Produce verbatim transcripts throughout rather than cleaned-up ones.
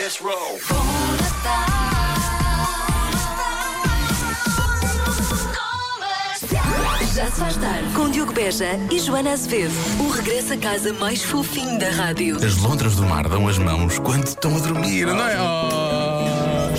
Let's roll. Já se faz tarde com Diogo Beja e Joana Azevedo. O regresso a casa mais fofinho da rádio. As lontras do mar dão as mãos quando estão a dormir, não é? Oh.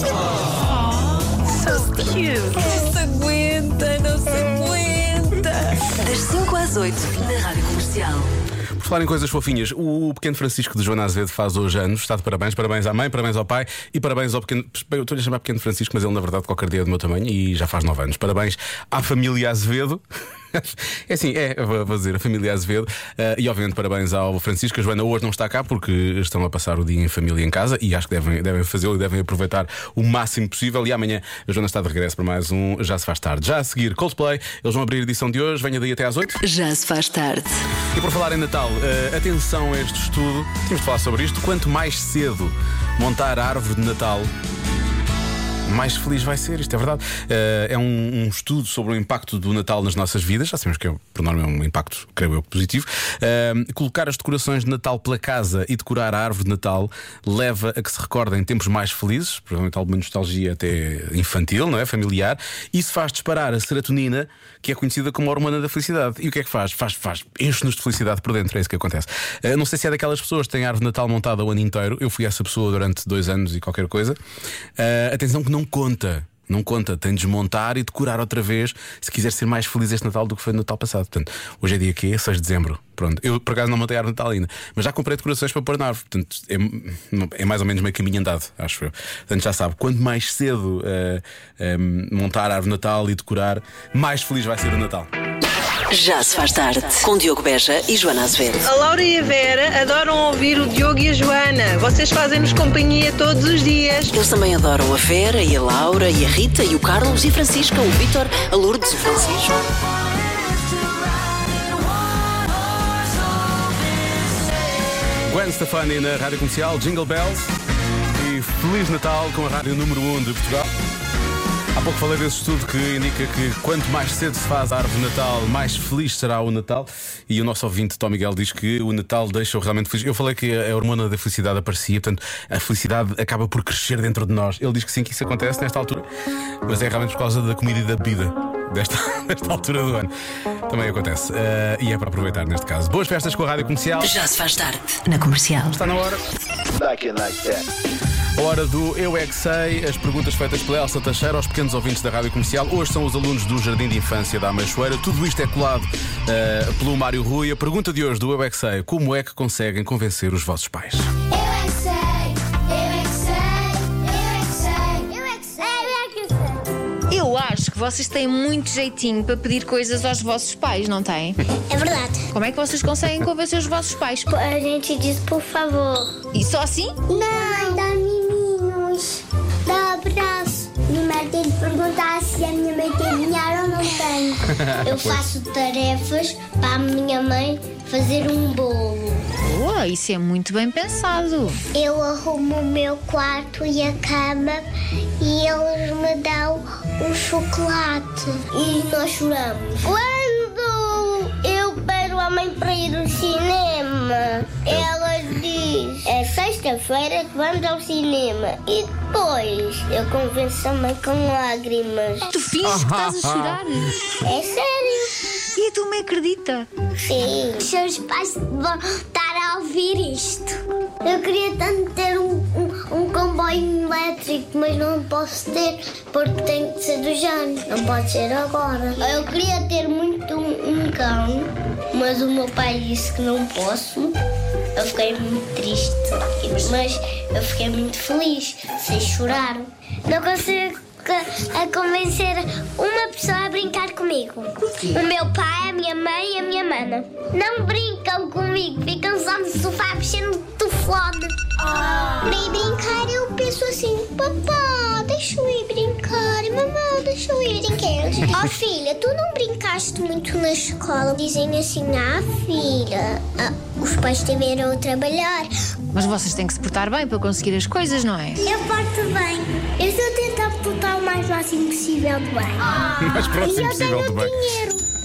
So cute. Não se aguenta, não se aguenta. Das cinco às oito na Rádio Comercial. Por falar em coisas fofinhas, o pequeno Francisco de Joana Azevedo faz hoje anos. Está de parabéns, parabéns à mãe, parabéns ao pai e parabéns ao pequeno. Eu estou-lhe a chamar pequeno Francisco, mas ele na verdade qualquer dia é do meu tamanho e já faz nove anos. Parabéns à família Azevedo. É assim, é, vou dizer, a família Azevedo. uh, E obviamente parabéns ao Francisco. A Joana hoje não está cá porque estão a passar o dia em família em casa. E acho que devem, devem fazê-lo e devem aproveitar o máximo possível. E amanhã a Joana está de regresso para mais um Já Se Faz Tarde. Já a seguir Coldplay, eles vão abrir a edição de hoje. Venha daí até às oito. Já se faz tarde. E por falar em Natal, uh, atenção a este estudo. Temos de falar sobre isto. Quanto mais cedo montar a árvore de Natal, mais feliz vai ser, isto é verdade. uh, É um, um estudo sobre o impacto do Natal nas nossas vidas. Já sabemos que é, por norma é um impacto, creio eu, positivo. uh, Colocar as decorações de Natal pela casa e decorar a árvore de Natal leva a que se recordem tempos mais felizes, provavelmente alguma nostalgia até infantil, não é? Familiar. Isso faz disparar a serotonina, que é conhecida como a hormona da felicidade. E o que é que faz? Faz, faz enche-nos de felicidade por dentro, é isso que acontece. uh, Não sei se é daquelas pessoas que têm a árvore de Natal montada o ano inteiro. Eu fui essa pessoa durante dois anos e qualquer coisa. uh, Atenção que não conta, não conta, tem de desmontar e decorar outra vez se quiser ser mais feliz este Natal do que foi no Natal passado. Portanto, hoje é dia que é seis de dezembro. Pronto, eu por acaso não montei a árvore de Natal ainda, mas já comprei decorações para pôr na árvore. Portanto, é, é mais ou menos meio caminho andado, acho eu. Portanto, já sabe, quanto mais cedo uh, um, montar a árvore de Natal e decorar, mais feliz vai ser o Natal. Já se faz tarde com Diogo Beja e Joana Azevedo. A Laura e a Vera adoram ouvir o Diogo e a Joana. Vocês fazem-nos companhia todos os dias. Eles também adoram a Vera e a Laura e a Rita e o Carlos e a Francisca, o Vítor, a Lourdes, o Francisco. Gwen Stefani na Rádio Comercial, Jingle Bells. E Feliz Natal com a Rádio Número um de Portugal. Há pouco falei desse estudo que indica que quanto mais cedo se faz a árvore de Natal, mais feliz será o Natal. E o nosso ouvinte Tom Miguel diz que o Natal deixa-o realmente feliz. Eu falei que a hormona da felicidade aparecia, portanto a felicidade acaba por crescer dentro de nós. Ele diz que sim, que isso acontece nesta altura, mas é realmente por causa da comida e da bebida desta, desta altura do ano. Também acontece, uh, e é para aproveitar neste caso. Boas festas com a Rádio Comercial. Já se faz tarde na Comercial. Está na hora. Back in like that. Hora do Eu É Que Sei, as perguntas feitas pela Elsa Teixeira aos pequenos ouvintes da Rádio Comercial. Hoje são os alunos do Jardim de Infância da Ameixoeira. Tudo isto é colado uh, pelo Mário Rui. A pergunta de hoje do Eu É Que Sei: como é que conseguem convencer os vossos pais? Eu é que sei, eu é que sei, eu é que sei, eu é que sei, eu é que sei. Eu acho que vocês têm muito jeitinho para pedir coisas aos vossos pais, não têm? É verdade. Como é que vocês conseguem convencer os vossos pais? A gente diz por favor. E só assim? Não, dá miminhos, dá abraço. Minha mãe tem de perguntar se a minha mãe tem dinheiro ou não tem. Eu faço tarefas para a minha mãe fazer um bolo. Boa, isso é muito bem pensado. Eu arrumo o meu quarto e a cama e eles me dão um chocolate. E nós choramos. Quando eu pego a mãe para ir ao cinema, ela diz: é sexta-feira que vamos ao cinema. E depois eu convenço a mãe com lágrimas. Tu finges que estás a chorar. É sério? E tu me acredita? Sim. Os seus pais vão estar a ouvir isto. Eu queria tanto ter um, um, um comboio elétrico, mas não posso ter porque tem que ser do Jano. Não pode ser agora. Eu queria ter muito um, um cão, mas o meu pai disse que não posso. Eu fiquei muito triste, mas eu fiquei muito feliz, sem chorar. Não consigo a convencer uma pessoa a brincar comigo. O meu pai, a minha mãe e a minha mana. Não brincam comigo, ficam só no sofá mexendo no telefone. Oh. Nem brincar, eu penso assim: papá, deixa eu ir brincar. Mamãe, deixa eu ir brincar. Oh filha, tu não brincaste muito na escola? Dizem assim: ah filha, ah, os pais tiveram a trabalhar. Mas vocês têm que se portar bem para conseguir as coisas, não é? Eu porto bem. Eu estou a tentar portar o mais próximo possível de bem. O mais próximo E eu possível tenho de bem. dinheiro.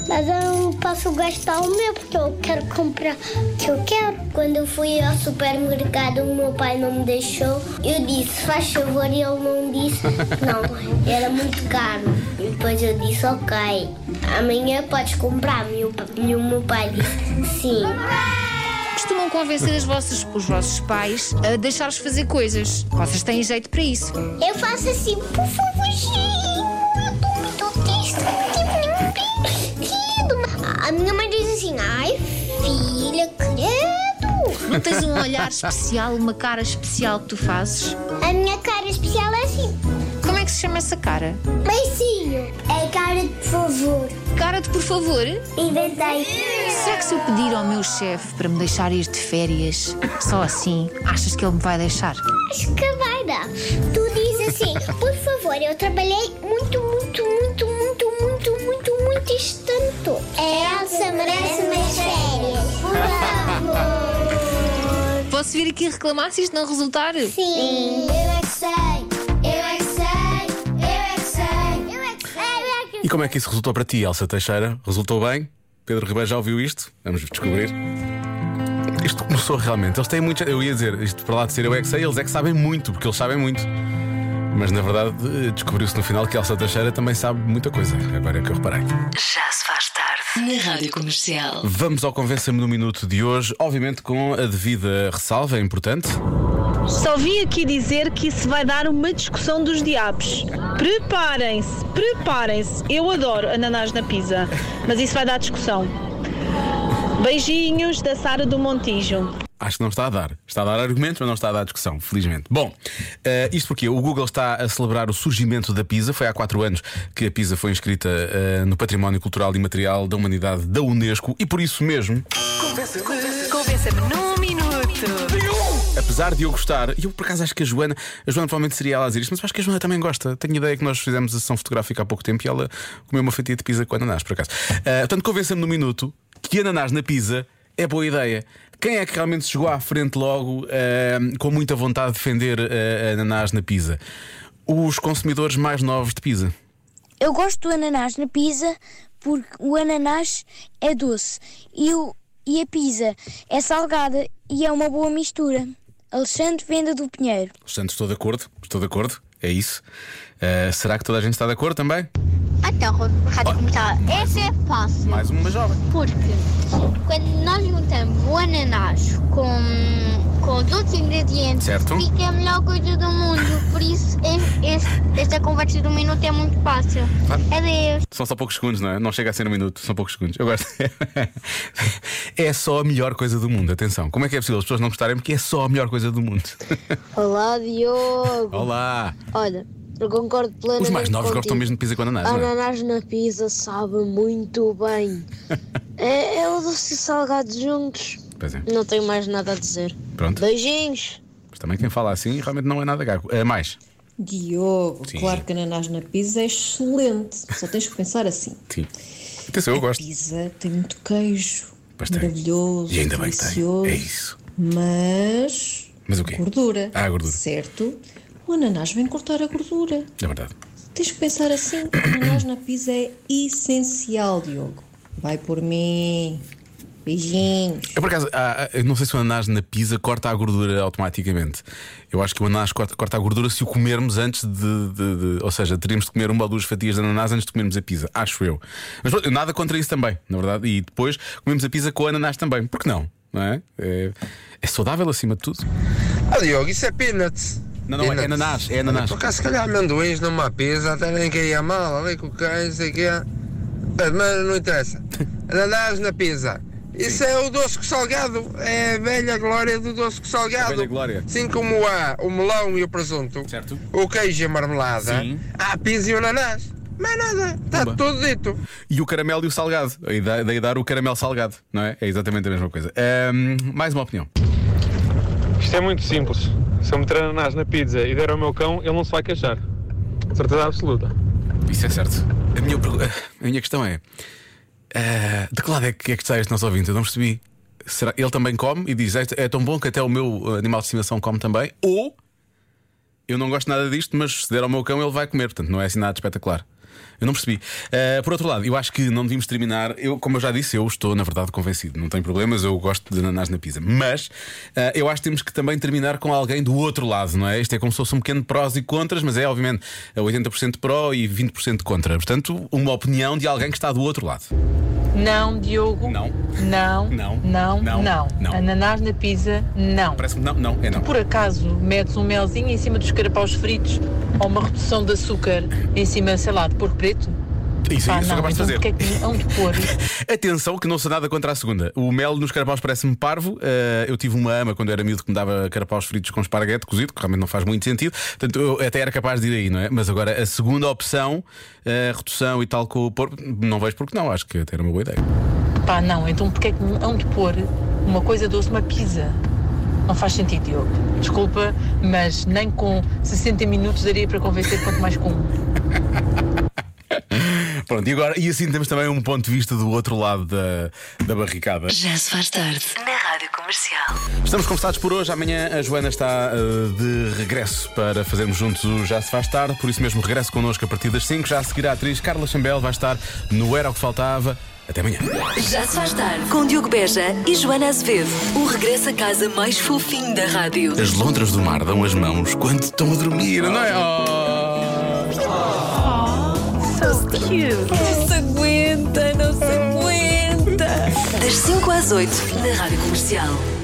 Mas eu não posso gastar o meu porque eu quero comprar o que eu quero. Quando eu fui ao supermercado, o meu pai não me deixou. Eu disse, faz favor, e ele não disse. Não, era muito caro. E depois eu disse, ok, amanhã podes comprar. E o, e o meu pai disse, sim. Costumam convencer as vossas, os vossos pais a deixar-vos fazer coisas. Vocês têm jeito para isso. Eu faço assim, por favorzinho, eu estou muito triste, tipo, nem A minha mãe diz assim, ai filha, credo. Não tens um olhar especial, uma cara especial que tu fazes? A minha cara especial é assim. Como é que se chama essa cara? Beicinho. É cara de por favor. Cara de por favor? Inventei. Será que se eu pedir ao meu chefe para me deixar ir de férias, só assim, achas que ele me vai deixar? Acho que vai dar. Tu dizes assim, por favor, eu trabalhei muito, muito, muito, muito, muito, muito, muito este ano todo. A Elsa merece umas férias. Por favor. Posso vir aqui reclamar se isto não resultar? Sim. Eu é que sei. Eu é que sei. Eu é que sei. Eu é que sei. Eu é que sei. E como é que isso resultou para ti, Elsa Teixeira? Resultou bem? Pedro Ribeiro já ouviu isto? Vamos descobrir. Isto começou realmente. Eles têm muito. Eu ia dizer, isto para lá de ser eu é que sei, eles é que sabem muito, porque eles sabem muito. Mas na verdade descobriu-se no final que Elsa Teixeira também sabe muita coisa. Agora é que eu reparei. Já se faz tarde na Rádio Comercial. Vamos ao Convença-me no Minuto de hoje, obviamente com a devida ressalva, é importante. Só vim aqui dizer que isso vai dar uma discussão dos diabos. Preparem-se, preparem-se. Eu adoro ananás na pizza, mas isso vai dar discussão. Beijinhos da Sara do Montijo. Acho que não está a dar. Está a dar argumentos, mas não está a dar discussão, felizmente. Bom, uh, isto porque o Google está a celebrar o surgimento da pizza. Foi há quatro anos que a pizza foi inscrita uh, no Património Cultural e Material da Humanidade da Unesco. E por isso mesmo... Convença-me num minuto. Apesar de eu gostar, e eu por acaso acho que a Joana, a Joana provavelmente seria ela a dizer isto, mas acho que a Joana também gosta. Tenho ideia que nós fizemos a sessão fotográfica há pouco tempo e ela comeu uma fatia de pizza com ananás, por acaso. Uh, portanto, convença-me no minuto que ananás na pizza é boa ideia. Quem é que realmente chegou à frente logo uh, com muita vontade de defender uh, ananás na pizza? Os consumidores mais novos de pizza. Eu gosto do ananás na pizza porque o ananás é doce e, o, e a pizza é salgada e é uma boa mistura. Alexandre Venda do Pinheiro. Alexandre, estou de acordo, estou de acordo, é isso. Uh, será que toda a gente está de acordo também? Então, Rádio Comercial, essa é fácil. Mais uma jovem. Porque quando nós juntamos o ananás com, com os outros ingredientes, certo, fica a melhor coisa do mundo. Por isso, este, esta conversa do minuto é muito fácil. Ah. Adeus. São só poucos segundos, não é? Não chega a ser um minuto, são poucos segundos. Eu gosto. É só a melhor coisa do mundo, atenção. Como é que é possível as pessoas não gostarem? Porque é só a melhor coisa do mundo. Olá, Diogo. Olá. Olha, eu concordo plenamente. Os mais novos contigo. gostam mesmo de pizza com ananás, não é? Ananás na pizza sabe muito bem. é, é o doce e salgado juntos. Pois é. Não tenho mais nada a dizer. Pronto. Beijinhos. Mas também quem fala assim realmente não é nada gago. É mais. Diogo, Sim. Claro que ananás na pizza é excelente. Só tens que pensar assim. Sim. Atenção, eu a gosto. pizza tem muito queijo. Pois tem. Maravilhoso. E ainda bem que tem. delicioso. É isso. Mas. Mas o quê? Gordura. Ah, a gordura. Certo? O ananás vem cortar a gordura. É verdade. Tens que pensar assim. O ananás na pizza é essencial, Diogo. Vai por mim. Beijinhos. Eu, por acaso, há, eu não sei se o ananás na pizza corta a gordura automaticamente. Eu acho que o ananás corta, corta a gordura se o comermos antes de, de, de. Ou seja, teríamos de comer uma ou duas fatias de ananás antes de comermos a pizza. Acho eu. Mas pronto, nada contra isso também, na verdade. E depois comemos a pizza com ananás também. Por que não? Não é? É, é saudável acima de tudo. Ah, Diogo, isso é peanuts. Não, não, peanuts. é ananás. É ananás. Por acaso, se calhar amendoins numa pizza até nem caía mal. Ali com o queijo, sei o que é. Mas não interessa. Ananás na pizza. Isso é o doce com salgado, é a velha glória do doce com salgado. A velha glória. Assim como há o melão e o presunto, certo, o queijo e a marmelada, sim, há a pizza e o ananás. Mais nada, está tudo dito. E o caramelo e o salgado. Daí dar o caramelo salgado, não é? É exatamente a mesma coisa. Um, mais uma opinião. Isto é muito simples. Se eu meter ananás na pizza e der ao meu cão, ele não se vai queixar. Certeza absoluta. Isso é certo. A minha, a minha questão é: uh, de que lado é que, é que está este nosso ouvinte? Eu não percebi. Será, ele também come e diz: é, é tão bom que até o meu animal de estimação come também. Ou eu não gosto nada disto, mas se der ao meu cão ele vai comer. Portanto, não é assim nada espetacular. Eu não percebi. Uh, por outro lado, eu acho que não devíamos terminar. Eu, como eu já disse, eu estou na verdade convencido. Não tenho problemas, eu gosto de ananás na pizza. Mas uh, eu acho que temos que também terminar com alguém do outro lado, não é? Isto é como se fosse um pequeno prós e contras, mas é obviamente oitenta por cento pró e vinte por cento contra. Portanto, uma opinião de alguém que está do outro lado. Não, Diogo. Não. Não. Não. Não. Não. Não. Não. Ananás na pizza, não. Parece-me não, não, é não. Tu por acaso metes um melzinho em cima dos carapaus fritos ou uma redução de açúcar em cima, sei lá, de porco preto? Isso, ah, isso não, é capaz de então fazer. porque é que hão de pôr? Atenção, que não sou nada contra a segunda. O mel nos carapaus parece-me parvo. Uh, eu tive uma ama quando era miúdo que me dava carapaus fritos com esparguete cozido, que realmente não faz muito sentido. Portanto, eu até era capaz de ir aí, não é? Mas agora a segunda opção, a redução e tal com o porco, não vejo porque não. Acho que até era uma boa ideia. Pá, não, então porque é que hão de pôr uma coisa doce, uma pizza? Não faz sentido, Diogo. Desculpa, mas nem com sessenta minutos daria para convencer, quanto mais com um. Pronto, e agora, e assim temos também um ponto de vista do outro lado da, da barricada. Já se faz tarde na Rádio Comercial. Estamos conversados por hoje. Amanhã a Joana está uh, de regresso para fazermos juntos o Já se faz tarde. Por isso mesmo, regresso connosco a partir das cinco. Já a seguir a atriz Carla Chambel vai estar no Era o que Faltava. Até amanhã. Já se faz tarde com Diogo Beja e Joana Azevedo. O regresso a casa mais fofinho da rádio. As lontras do mar dão as mãos quando estão a dormir, não é? Oh. So cute. Não se aguenta, não se aguenta. Das cinco às oito na Rádio Comercial.